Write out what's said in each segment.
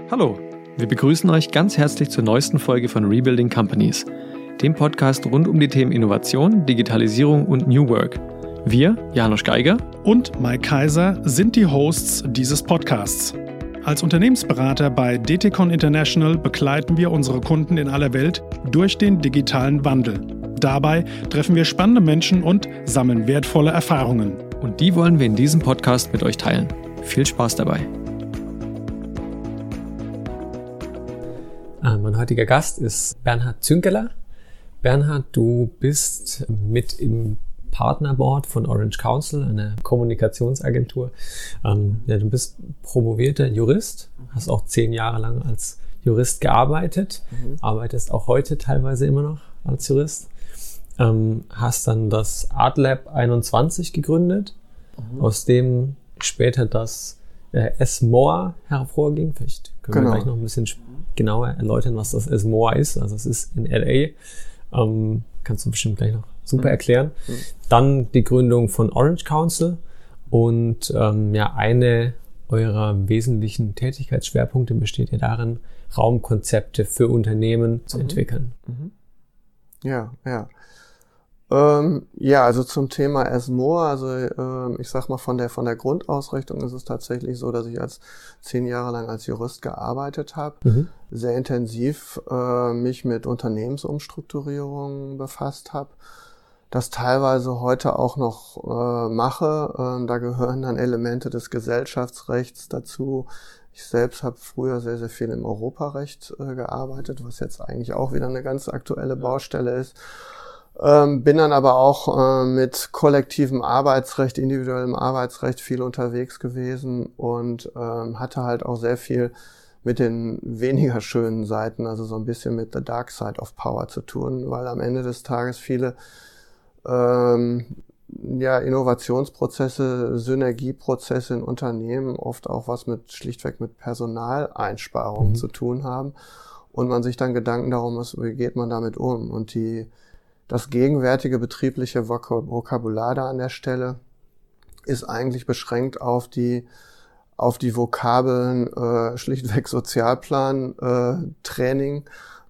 Hallo, wir begrüßen euch ganz herzlich zur neuesten Folge von Rebuilding Companies, dem Podcast rund um die Themen Innovation, Digitalisierung und New Work. Wir, Janosch Geiger und Mike Kaiser, sind die Hosts dieses Podcasts. Als Unternehmensberater bei DTCon International begleiten wir unsere Kunden in aller Welt durch den digitalen Wandel. Dabei treffen wir spannende Menschen und sammeln wertvolle Erfahrungen. Und die wollen wir in diesem Podcast mit euch teilen. Viel Spaß dabei. Mein heutiger Gast ist Bernhard Zünkeler. Bernhard, du bist mit im Partnerboard von Orange Council, einer Kommunikationsagentur. Du bist promovierter Jurist, hast auch 10 Jahre lang als Jurist gearbeitet, arbeitest auch heute teilweise immer noch als Jurist. Hast dann das Artlab 21 gegründet, aus dem später das SMOA hervorging. Vielleicht können wir gleich noch ein bisschen genauer erläutern, was das SMOA ist. Also es ist in LA. Kannst du bestimmt gleich noch super erklären. Dann die Gründung von Orange Council und eine eurer wesentlichen Tätigkeitsschwerpunkte besteht ja darin, Raumkonzepte für Unternehmen zu entwickeln. Also zum Thema SMOA, ich sag mal von der Grundausrichtung ist es tatsächlich so, dass ich 10 Jahre lang als Jurist gearbeitet habe, sehr intensiv mich mit Unternehmensumstrukturierungen befasst habe, das teilweise heute auch noch mache. Da gehören dann Elemente des Gesellschaftsrechts dazu. Ich selbst habe früher sehr, sehr viel im Europarecht gearbeitet, was jetzt eigentlich auch wieder eine ganz aktuelle Baustelle ist. Bin dann aber auch mit kollektivem Arbeitsrecht, individuellem Arbeitsrecht viel unterwegs gewesen und hatte halt auch sehr viel mit den weniger schönen Seiten, also so ein bisschen mit the dark side of power zu tun, weil am Ende des Tages viele Innovationsprozesse, Synergieprozesse in Unternehmen oft auch was schlichtweg mit Personaleinsparungen zu tun haben und man sich dann Gedanken darum muss, wie geht man damit um, und das gegenwärtige betriebliche Vokabular da an der Stelle ist eigentlich beschränkt auf die Vokabeln schlichtweg Sozialplan, Training,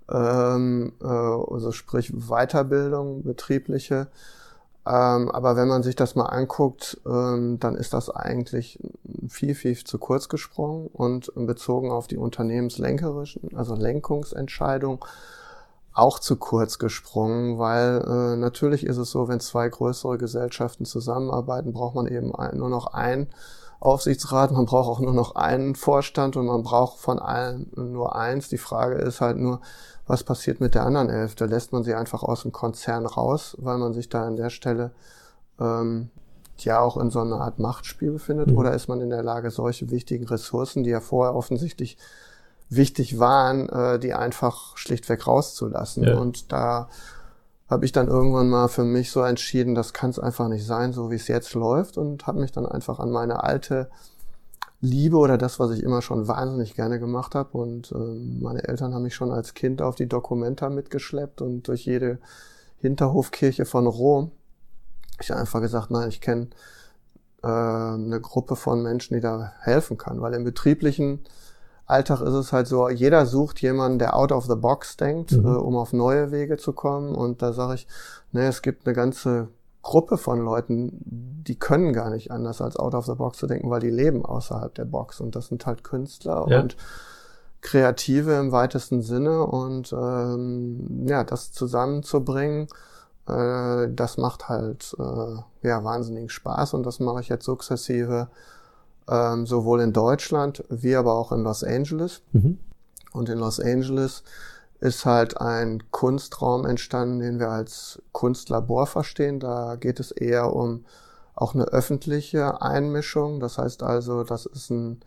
also sprich Weiterbildung, betriebliche. Aber wenn man sich das mal anguckt, dann ist das eigentlich viel, viel zu kurz gesprungen und bezogen auf die unternehmenslenkerischen, also Lenkungsentscheidungen, auch zu kurz gesprungen, weil natürlich ist es so, wenn 2 größere Gesellschaften zusammenarbeiten, braucht man eben nur noch einen Aufsichtsrat, man braucht auch nur noch einen Vorstand und man braucht von allen nur eins. Die Frage ist halt nur, was passiert mit der anderen Hälfte? Lässt man sie einfach aus dem Konzern raus, weil man sich da an der Stelle auch in so einer Art Machtspiel befindet, oder ist man in der Lage, solche wichtigen Ressourcen, die ja vorher offensichtlich wichtig waren, die einfach schlichtweg rauszulassen. Ja. Und da habe ich dann irgendwann mal für mich so entschieden, das kann es einfach nicht sein, so wie es jetzt läuft, und habe mich dann einfach an meine alte Liebe oder das, was ich immer schon wahnsinnig gerne gemacht habe. Und meine Eltern haben mich schon als Kind auf die Documenta mitgeschleppt und durch jede Hinterhofkirche von Rom. Ich habe einfach gesagt, nein, ich kenne eine Gruppe von Menschen, die da helfen kann, weil im betrieblichen Alltag ist es halt so, jeder sucht jemanden, der out of the box denkt, um auf neue Wege zu kommen. Und da sage ich, es gibt eine ganze Gruppe von Leuten, die können gar nicht anders, als out of the box zu denken, weil die leben außerhalb der Box. Und das sind halt Künstler und Kreative im weitesten Sinne. Und das zusammenzubringen, das macht halt wahnsinnig Spaß. Und das mache ich jetzt sukzessive, sowohl in Deutschland wie aber auch in Los Angeles. Und in Los Angeles ist halt ein Kunstraum entstanden, den wir als Kunstlabor verstehen. Da geht es eher um auch eine öffentliche Einmischung. Das heißt also, das ist ein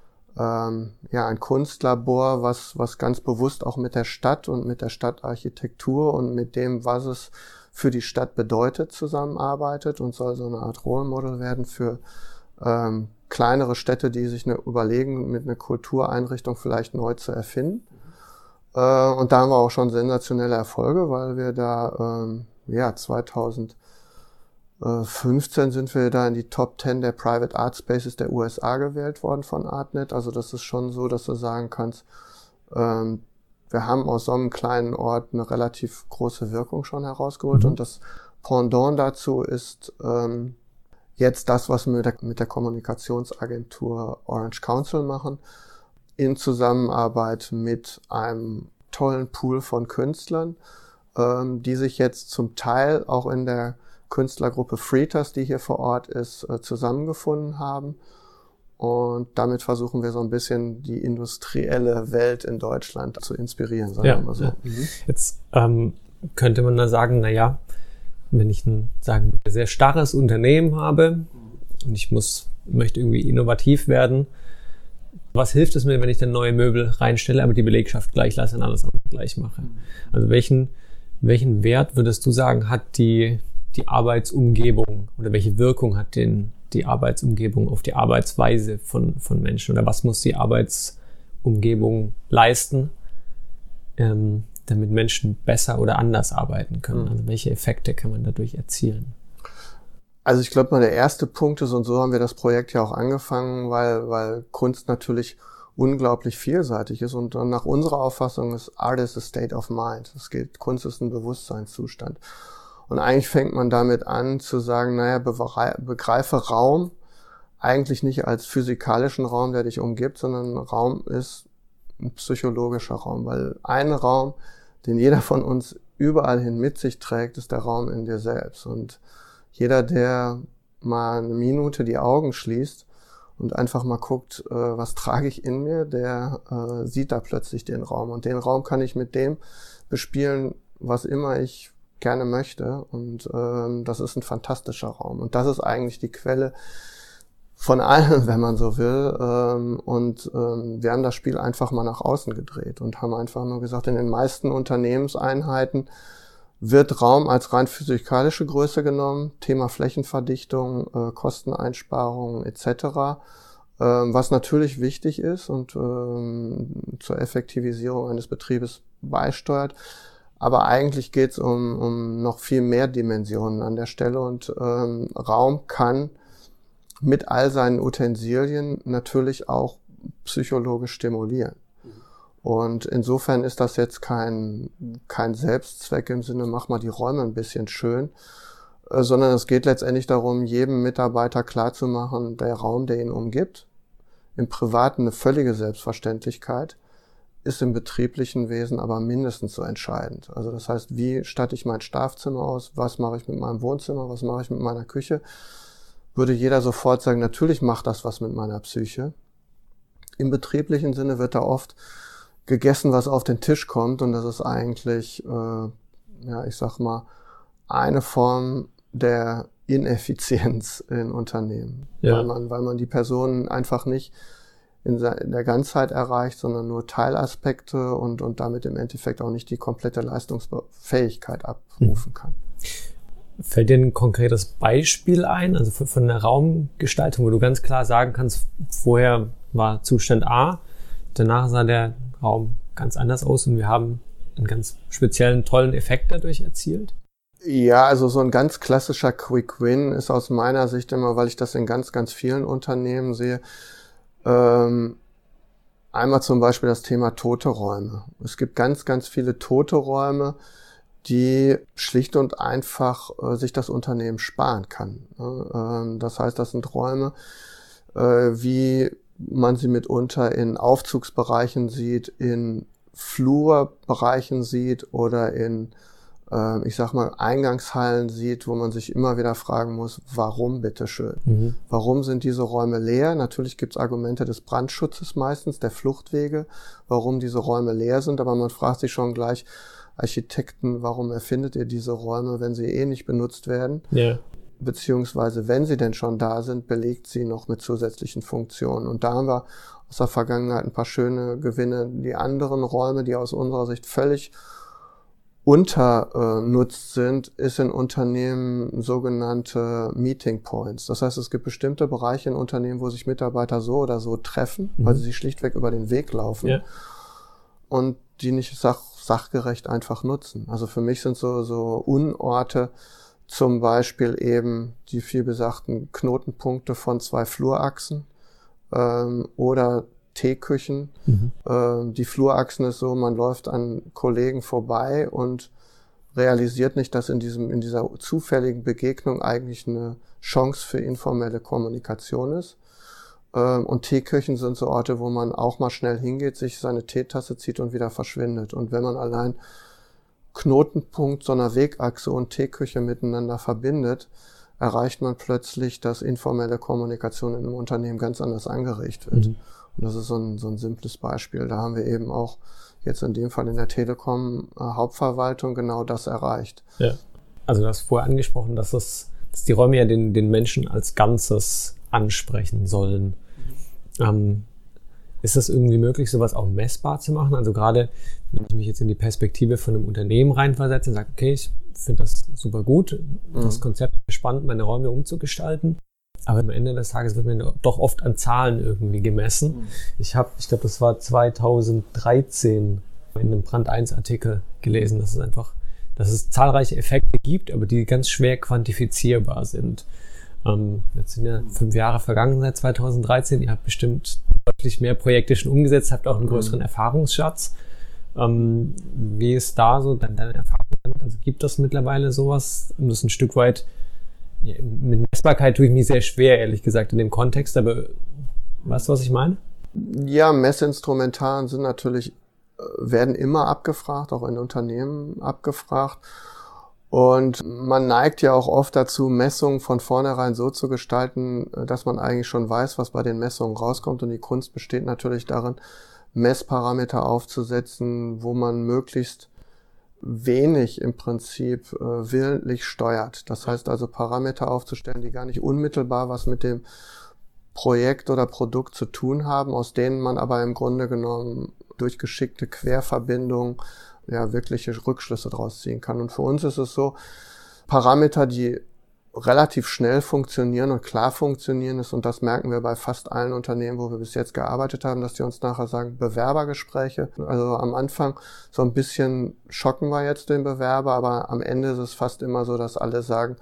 Kunstlabor, was ganz bewusst auch mit der Stadt und mit der Stadtarchitektur und mit dem, was es für die Stadt bedeutet, zusammenarbeitet und soll so eine Art Role Model werden für kleinere Städte, die sich überlegen, mit einer Kultureinrichtung vielleicht neu zu erfinden. Und da haben wir auch schon sensationelle Erfolge, weil wir da 2000 2015 sind wir da in die Top 10 der Private Art Spaces der USA gewählt worden von Artnet. Also das ist schon so, dass du sagen kannst, wir haben aus so einem kleinen Ort eine relativ große Wirkung schon herausgeholt. Und das Pendant dazu ist jetzt das, was wir mit der Kommunikationsagentur Orange Council machen, in Zusammenarbeit mit einem tollen Pool von Künstlern, die sich jetzt zum Teil auch in der Künstlergruppe Freeters, die hier vor Ort ist, zusammengefunden haben. Und damit versuchen wir so ein bisschen die industrielle Welt in Deutschland zu inspirieren, sagen wir mal so. Ja. Jetzt könnte man da sagen, naja, wenn ich ein sehr starres Unternehmen habe und ich möchte irgendwie innovativ werden, was hilft es mir, wenn ich dann neue Möbel reinstelle, aber die Belegschaft gleich lasse und alles andere gleich mache? Also welchen Wert würdest du sagen, hat die Arbeitsumgebung oder welche Wirkung hat die Arbeitsumgebung auf die Arbeitsweise von Menschen? Oder was muss die Arbeitsumgebung leisten, damit Menschen besser oder anders arbeiten können? Also welche Effekte kann man dadurch erzielen? Also ich glaube mal, der erste Punkt ist, und so haben wir das Projekt ja auch angefangen, weil Kunst natürlich unglaublich vielseitig ist und dann nach unserer Auffassung ist Art is a state of mind. Kunst ist ein Bewusstseinszustand. Und eigentlich fängt man damit an zu sagen, naja, begreife Raum eigentlich nicht als physikalischen Raum, der dich umgibt, sondern Raum ist ein psychologischer Raum, weil ein Raum, den jeder von uns überall hin mit sich trägt, ist der Raum in dir selbst. Und jeder, der mal eine Minute die Augen schließt und einfach mal guckt, was trage ich in mir, der sieht da plötzlich den Raum. Und den Raum kann ich mit dem bespielen, was immer ich gerne möchte. Und das ist ein fantastischer Raum. Und das ist eigentlich die Quelle von allem, wenn man so will. Wir haben das Spiel einfach mal nach außen gedreht und haben einfach nur gesagt, in den meisten Unternehmenseinheiten wird Raum als rein physikalische Größe genommen, Thema Flächenverdichtung, Kosteneinsparungen etc., was natürlich wichtig ist und zur Effektivisierung eines Betriebes beisteuert. Aber eigentlich geht es um noch viel mehr Dimensionen an der Stelle und Raum kann mit all seinen Utensilien natürlich auch psychologisch stimulieren. Und insofern ist das jetzt kein Selbstzweck im Sinne, mach mal die Räume ein bisschen schön, sondern es geht letztendlich darum, jedem Mitarbeiter klarzumachen, der Raum, der ihn umgibt, im Privaten eine völlige Selbstverständlichkeit, ist im betrieblichen Wesen aber mindestens so entscheidend. Also das heißt, wie statte ich mein Schlafzimmer aus, was mache ich mit meinem Wohnzimmer, was mache ich mit meiner Küche, würde jeder sofort sagen, natürlich macht das was mit meiner Psyche. Im betrieblichen Sinne wird da oft gegessen, was auf den Tisch kommt und das ist eigentlich, ich sag mal, eine Form der Ineffizienz in Unternehmen, weil man die Personen einfach nicht in der Ganzheit erreicht, sondern nur Teilaspekte und damit im Endeffekt auch nicht die komplette Leistungsfähigkeit abrufen kann. Fällt dir ein konkretes Beispiel ein, also von der Raumgestaltung, wo du ganz klar sagen kannst, vorher war Zustand A, danach sah der Raum ganz anders aus und wir haben einen ganz speziellen, tollen Effekt dadurch erzielt? Ja, also so ein ganz klassischer Quick Win ist aus meiner Sicht immer, weil ich das in ganz, ganz vielen Unternehmen sehe, einmal zum Beispiel das Thema tote Räume. Es gibt ganz, ganz viele tote Räume, die schlicht und einfach sich das Unternehmen sparen kann. Das heißt, das sind Räume, wie man sie mitunter in Aufzugsbereichen sieht, in Flurbereichen sieht oder in, Eingangshallen sieht, wo man sich immer wieder fragen muss, warum bitteschön? Warum sind diese Räume leer? Natürlich gibt es Argumente des Brandschutzes meistens, der Fluchtwege, warum diese Räume leer sind, aber man fragt sich schon gleich, Architekten, warum erfindet ihr diese Räume, wenn sie eh nicht benutzt werden? Ja. Beziehungsweise, wenn sie denn schon da sind, belegt sie noch mit zusätzlichen Funktionen. Und da haben wir aus der Vergangenheit ein paar schöne Gewinne. Die anderen Räume, die aus unserer Sicht völlig unternutzt sind, ist in Unternehmen sogenannte Meeting Points. Das heißt, es gibt bestimmte Bereiche in Unternehmen, wo sich Mitarbeiter so oder so treffen, weil sie sich schlichtweg über den Weg laufen und die nicht sachgerecht einfach nutzen. Also für mich sind so Unorte zum Beispiel eben die vielbesagten Knotenpunkte von 2 Flurachsen oder Teeküchen. Die Flurachsen ist so, man läuft an Kollegen vorbei und realisiert nicht, dass in dieser zufälligen Begegnung eigentlich eine Chance für informelle Kommunikation ist. Und Teeküchen sind so Orte, wo man auch mal schnell hingeht, sich seine Teetasse zieht und wieder verschwindet. Und wenn man allein Knotenpunkt so einer Wegachse und Teeküche miteinander verbindet, erreicht man plötzlich, dass informelle Kommunikation in einem Unternehmen ganz anders angeregt wird. Und das ist so ein simples Beispiel. Da haben wir eben auch jetzt in dem Fall in der Telekom Hauptverwaltung genau das erreicht. Ja. Also du hast vorher angesprochen, dass die Räume ja den Menschen als Ganzes ansprechen sollen. Ist das irgendwie möglich, sowas auch messbar zu machen? Also gerade, wenn ich mich jetzt in die Perspektive von einem Unternehmen reinversetze und sage, okay, ich finde das super gut, das Konzept ist spannend, meine Räume umzugestalten, aber am Ende des Tages wird mir doch oft an Zahlen irgendwie gemessen. Ich glaube, das war 2013 in einem Brand 1 Artikel gelesen, dass es zahlreiche Effekte gibt, aber die ganz schwer quantifizierbar sind. Jetzt sind ja 5 Jahre vergangen seit 2013. Ihr habt bestimmt deutlich mehr Projekte schon umgesetzt, habt auch einen größeren Erfahrungsschatz. Wie ist da so deine Erfahrung damit? Also gibt es mittlerweile sowas, um das ein Stück weit, ja, mit Messbarkeit tue ich mich sehr schwer, ehrlich gesagt, in dem Kontext, aber weißt du, was ich meine? Ja, Messinstrumentaren werden immer abgefragt, auch in Unternehmen abgefragt. Und man neigt ja auch oft dazu, Messungen von vornherein so zu gestalten, dass man eigentlich schon weiß, was bei den Messungen rauskommt. Und die Kunst besteht natürlich darin, Messparameter aufzusetzen, wo man möglichst wenig im Prinzip willentlich steuert. Das heißt also Parameter aufzustellen, die gar nicht unmittelbar was mit dem Projekt oder Produkt zu tun haben, aus denen man aber im Grunde genommen durch geschickte Querverbindungen ja wirkliche Rückschlüsse draus ziehen kann. Und für uns ist es so, Parameter, die relativ schnell funktionieren und klar funktionieren ist, und das merken wir bei fast allen Unternehmen, wo wir bis jetzt gearbeitet haben, dass die uns nachher sagen, Bewerbergespräche. Also am Anfang so ein bisschen schocken wir jetzt den Bewerber, aber am Ende ist es fast immer so, dass alle sagen,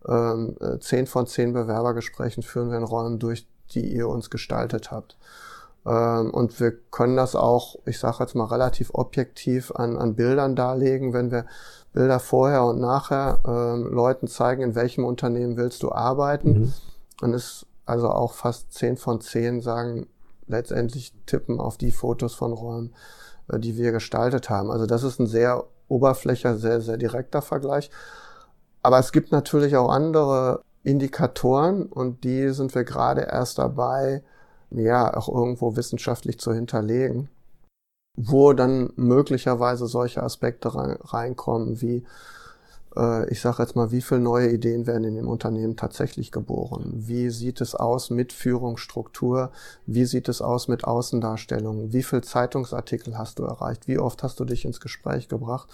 10 von 10 Bewerbergesprächen führen wir in Räumen durch, die ihr uns gestaltet habt. Und wir können das auch, ich sage jetzt mal relativ objektiv an Bildern darlegen, wenn wir Bilder vorher und nachher Leuten zeigen, in welchem Unternehmen willst du arbeiten. Dann ist also auch fast 10 von 10 sagen, letztendlich tippen auf die Fotos von Räumen, die wir gestaltet haben. Also das ist ein sehr oberflächlicher, sehr, sehr direkter Vergleich. Aber es gibt natürlich auch andere Indikatoren und die sind wir gerade erst dabei, ja, auch irgendwo wissenschaftlich zu hinterlegen, wo dann möglicherweise solche Aspekte reinkommen, wie, ich sage jetzt mal, wie viele neue Ideen werden in dem Unternehmen tatsächlich geboren? Wie sieht es aus mit Führungsstruktur? Wie sieht es aus mit Außendarstellungen? Wie viele Zeitungsartikel hast du erreicht? Wie oft hast du dich ins Gespräch gebracht?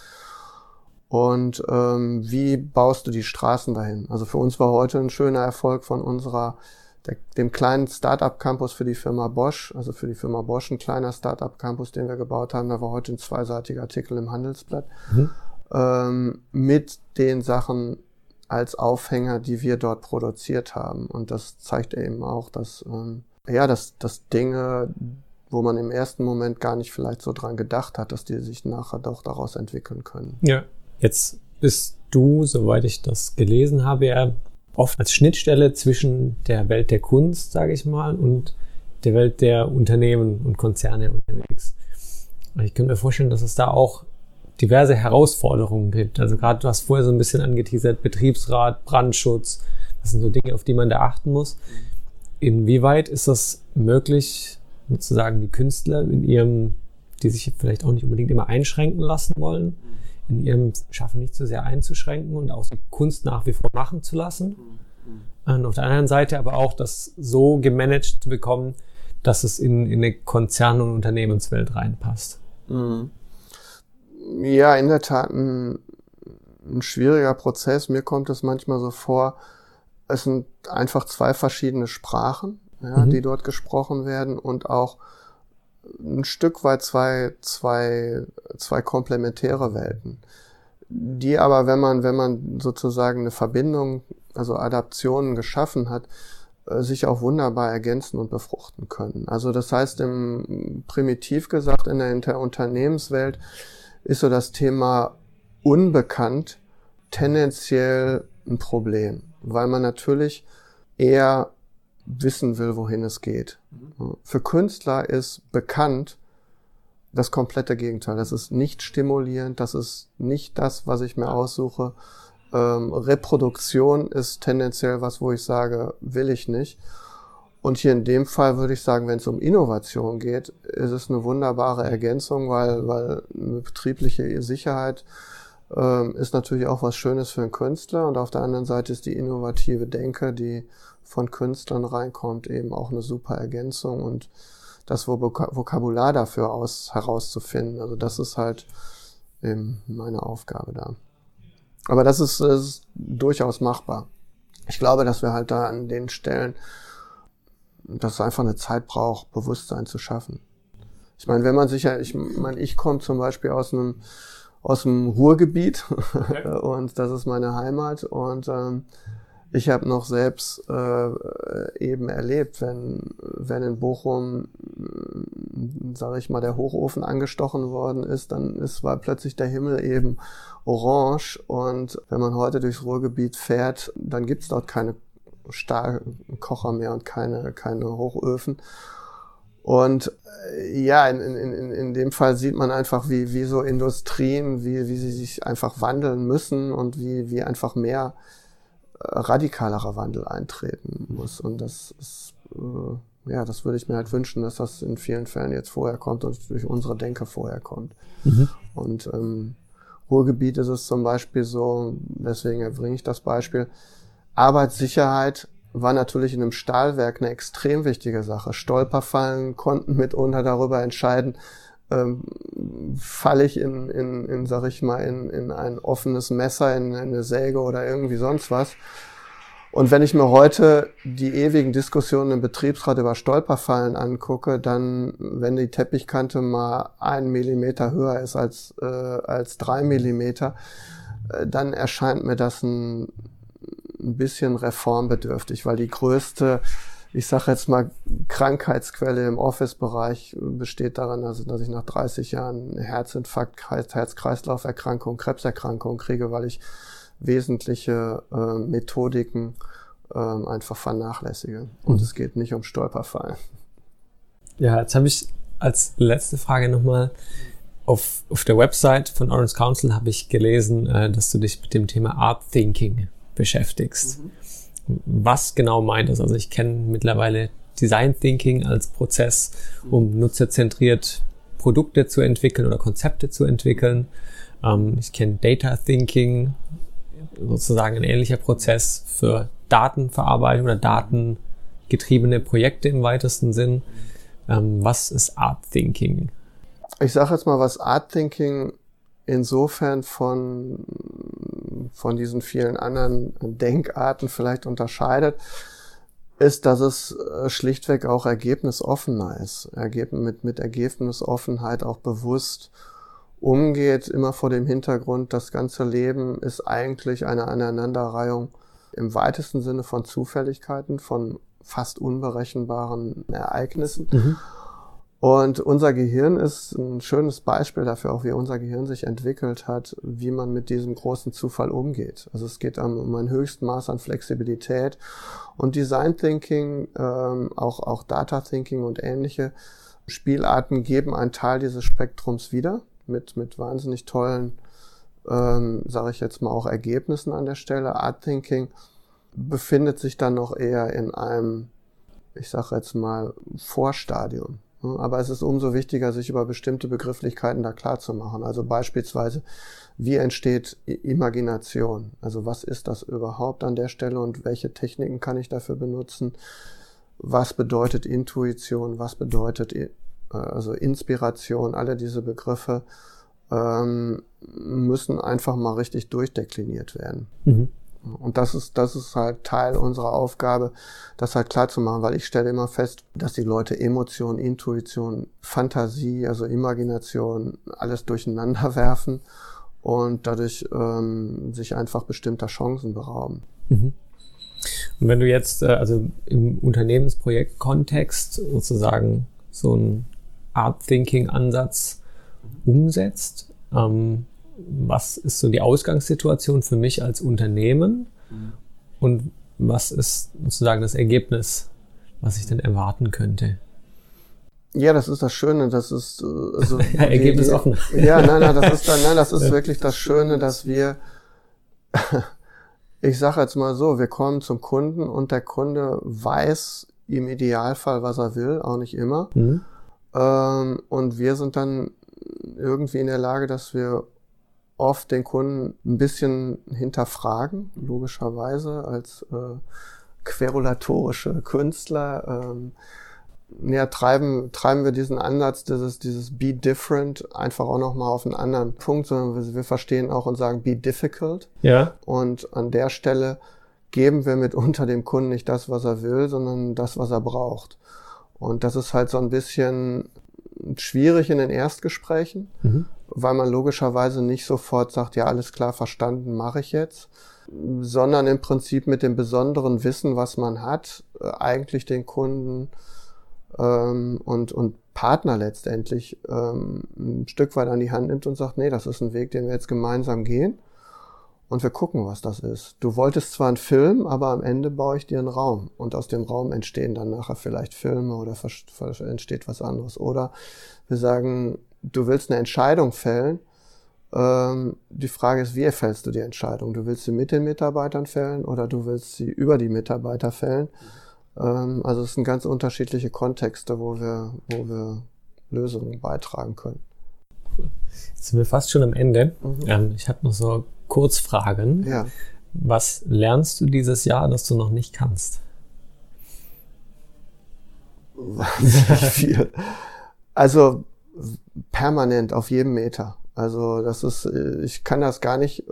Und wie baust du die Straßen dahin? Also für uns war heute ein schöner Erfolg von dem kleinen Startup-Campus für die Firma Bosch, also für die Firma Bosch ein kleiner Startup-Campus, den wir gebaut haben. Da war heute ein 2-seitiger Artikel im Handelsblatt mit den Sachen als Aufhänger, die wir dort produziert haben. Und das zeigt eben auch, dass Dinge, wo man im ersten Moment gar nicht vielleicht so dran gedacht hat, dass die sich nachher doch daraus entwickeln können. Ja, jetzt bist du, soweit ich das gelesen habe, ja oft als Schnittstelle zwischen der Welt der Kunst, sage ich mal, und der Welt der Unternehmen und Konzerne unterwegs. Ich könnte mir vorstellen, dass es da auch diverse Herausforderungen gibt. Also gerade, du hast vorher so ein bisschen angeteasert, Betriebsrat, Brandschutz, das sind so Dinge, auf die man da achten muss. Inwieweit ist das möglich, sozusagen die Künstler die sich vielleicht auch nicht unbedingt immer einschränken lassen wollen, in ihrem Schaffen nicht zu sehr einzuschränken und auch die Kunst nach wie vor machen zu lassen. Und auf der anderen Seite aber auch das so gemanagt zu bekommen, dass es in eine Konzern- und Unternehmenswelt reinpasst. Ja, in der Tat ein schwieriger Prozess. Mir kommt es manchmal so vor, es sind einfach 2 verschiedene Sprachen, die dort gesprochen werden und auch ein Stück weit zwei komplementäre Welten. die aber, wenn man sozusagen eine Verbindung, also Adaptionen geschaffen hat, sich auch wunderbar ergänzen und befruchten können. Also das heißt, primitiv gesagt, in der Unternehmenswelt ist so das Thema unbekannt tendenziell ein Problem, weil man natürlich eher wissen will, wohin es geht. Für Künstler ist bekannt das komplette Gegenteil. Das ist nicht stimulierend, das ist nicht das, was ich mir aussuche. Reproduktion ist tendenziell was, wo ich sage, will ich nicht. Und hier in dem Fall würde ich sagen, wenn es um Innovation geht, ist es eine wunderbare Ergänzung, weil eine betriebliche Sicherheit ist natürlich auch was Schönes für einen Künstler. Und auf der anderen Seite ist die innovative Denke, die von Künstlern reinkommt, eben auch eine super Ergänzung und das Vokabular dafür herauszufinden. Also das ist halt eben meine Aufgabe da. Aber das ist durchaus machbar. Ich glaube, dass wir halt da an den Stellen, dass es einfach eine Zeit braucht, Bewusstsein zu schaffen. Ich meine, wenn man sich ja, ich komme zum Beispiel aus dem Ruhrgebiet und das ist meine Heimat und ich habe noch selbst eben erlebt, wenn in Bochum, sage ich mal, der Hochofen angestochen worden ist, dann war plötzlich der Himmel eben orange und wenn man heute durchs Ruhrgebiet fährt, dann gibt's dort keine Stahlkocher mehr und keine Hochöfen. Und ja, in dem Fall sieht man einfach, wie so Industrien, wie sie sich einfach wandeln müssen und wie einfach mehr radikalerer Wandel eintreten muss. Und das ist, das würde ich mir halt wünschen, dass das in vielen Fällen jetzt vorher kommt und durch unsere Denke vorher kommt. Mhm. Und Ruhrgebiet ist es zum Beispiel so, deswegen bringe ich das Beispiel, Arbeitssicherheit war natürlich in einem Stahlwerk eine extrem wichtige Sache. Stolperfallen konnten mitunter darüber entscheiden, falle ich in ein offenes Messer, in eine Säge oder irgendwie sonst was. Und wenn ich mir heute die ewigen Diskussionen im Betriebsrat über Stolperfallen angucke, dann, wenn die Teppichkante mal 1 Millimeter höher ist als 3 Millimeter, dann erscheint mir das ein bisschen reformbedürftig, weil die größte, ich sage jetzt mal, Krankheitsquelle im Office-Bereich besteht darin, dass ich nach 30 Jahren Herzinfarkt, Herz-Kreislauf-Erkrankung, Krebserkrankung kriege, weil ich wesentliche Methodiken einfach vernachlässige. Und es geht nicht um Stolperfallen. Ja, jetzt habe ich als letzte Frage nochmal auf der Website von Orange Council habe ich gelesen, dass du dich mit dem Thema Art Thinking beschäftigst. Mhm. Was genau meint das? Also ich kenne mittlerweile Design Thinking als Prozess, um nutzerzentriert Produkte zu entwickeln oder Konzepte zu entwickeln. Ich kenne Data Thinking, sozusagen ein ähnlicher Prozess für Datenverarbeitung oder datengetriebene Projekte im weitesten Sinn. Was ist Art Thinking? Ich sage jetzt mal, was Art Thinking insofern von diesen vielen anderen Denkarten vielleicht unterscheidet, ist, dass es schlichtweg auch ergebnisoffener ist. Mit Ergebnisoffenheit auch bewusst umgeht, immer vor dem Hintergrund, das ganze Leben ist eigentlich eine Aneinanderreihung im weitesten Sinne von Zufälligkeiten, von fast unberechenbaren Ereignissen. Mhm. Und unser Gehirn ist ein schönes Beispiel dafür, auch wie unser Gehirn sich entwickelt hat, wie man mit diesem großen Zufall umgeht. Also es geht um ein höchstes Maß an Flexibilität und Design Thinking, auch Data Thinking und ähnliche Spielarten geben einen Teil dieses Spektrums wieder mit wahnsinnig tollen, sage ich jetzt mal, auch Ergebnissen an der Stelle. Art Thinking befindet sich dann noch eher in einem, ich sage jetzt mal, Vorstadium. Aber es ist umso wichtiger, sich über bestimmte Begrifflichkeiten da klar zu machen. Also beispielsweise, wie entsteht Imagination? Also was ist das überhaupt an der Stelle und welche Techniken kann ich dafür benutzen? Was bedeutet Intuition? Was bedeutet also Inspiration? Alle diese Begriffe müssen einfach mal richtig durchdekliniert werden. Mhm. Und das ist halt Teil unserer Aufgabe, das halt klar zu machen, weil ich stelle immer fest, dass die Leute Emotion, Intuition, Fantasie, also Imagination, alles durcheinander werfen und dadurch sich einfach bestimmter Chancen berauben. Mhm. Und wenn du jetzt also im Unternehmensprojektkontext sozusagen so einen Art-Thinking-Ansatz umsetzt, was ist so die Ausgangssituation für mich als Unternehmen und was ist sozusagen das Ergebnis, was ich denn erwarten könnte? Ja, das ist das Schöne, das ist also ja, Ergebnis offen. Ja, das ist wirklich das Schöne, dass wir, ich sage jetzt mal so, wir kommen zum Kunden und der Kunde weiß im Idealfall, was er will, auch nicht immer. Mhm. Und wir sind dann irgendwie in der Lage, dass wir oft den Kunden ein bisschen hinterfragen, logischerweise als querulatorische Künstler. Treiben wir diesen Ansatz, dieses Be Different einfach auch nochmal auf einen anderen Punkt, sondern wir verstehen auch und sagen Be Difficult. Ja. Und an der Stelle geben wir mitunter dem Kunden nicht das, was er will, sondern das, was er braucht. Und das ist halt so ein bisschen schwierig in den Erstgesprächen, weil man logischerweise nicht sofort sagt, ja, alles klar, verstanden, mache ich jetzt, sondern im Prinzip mit dem besonderen Wissen, was man hat, eigentlich den Kunden und Partner letztendlich ein Stück weit an die Hand nimmt und sagt, nee, das ist ein Weg, den wir jetzt gemeinsam gehen und wir gucken, was das ist. Du wolltest zwar einen Film, aber am Ende baue ich dir einen Raum und aus dem Raum entstehen dann nachher vielleicht Filme oder entsteht was anderes. Oder wir sagen, du willst eine Entscheidung fällen. Die Frage ist, wie fällst du die Entscheidung? Du willst sie mit den Mitarbeitern fällen oder du willst sie über die Mitarbeiter fällen? Also es sind ganz unterschiedliche Kontexte, wo wir Lösungen beitragen können. Cool. Jetzt sind wir fast schon am Ende. Ich habe noch so Kurzfragen. Ja. Was lernst du dieses Jahr, das du noch nicht kannst? Viel. Also permanent auf jedem Meter. Also das ist, ich kann das gar nicht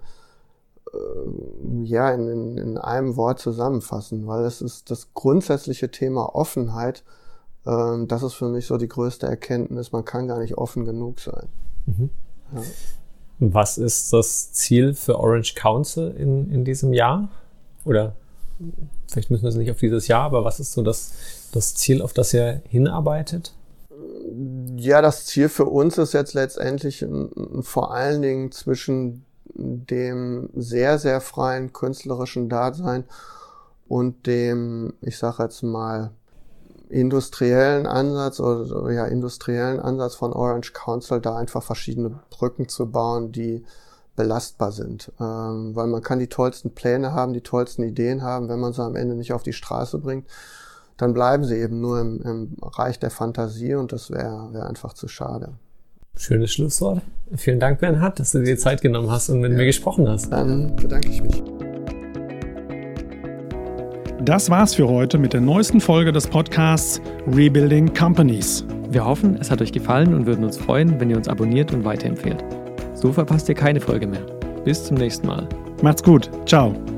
in einem Wort zusammenfassen, weil es ist das grundsätzliche Thema Offenheit. Das ist für mich so die größte Erkenntnis. Man kann gar nicht offen genug sein. Mhm. Ja. Was ist das Ziel für Orange Council in diesem Jahr? Oder vielleicht müssen wir es nicht auf dieses Jahr, aber was ist so das Ziel, auf das ihr hinarbeitet? Ja, das Ziel für uns ist jetzt letztendlich vor allen Dingen zwischen dem sehr, sehr freien künstlerischen Dasein und dem, ich sage jetzt mal, industriellen Ansatz von Orange Council, da einfach verschiedene Brücken zu bauen, die belastbar sind. Weil man kann die tollsten Pläne haben, die tollsten Ideen haben, wenn man sie am Ende nicht auf die Straße bringt, dann bleiben sie eben nur im Reich der Fantasie und das wäre einfach zu schade. Schönes Schlusswort. Vielen Dank, Bernhard, dass du dir Zeit genommen hast und mit mir gesprochen hast. Dann bedanke ich mich. Das war's für heute mit der neuesten Folge des Podcasts Rebuilding Companies. Wir hoffen, es hat euch gefallen und würden uns freuen, wenn ihr uns abonniert und weiterempfehlt. So verpasst ihr keine Folge mehr. Bis zum nächsten Mal. Macht's gut. Ciao.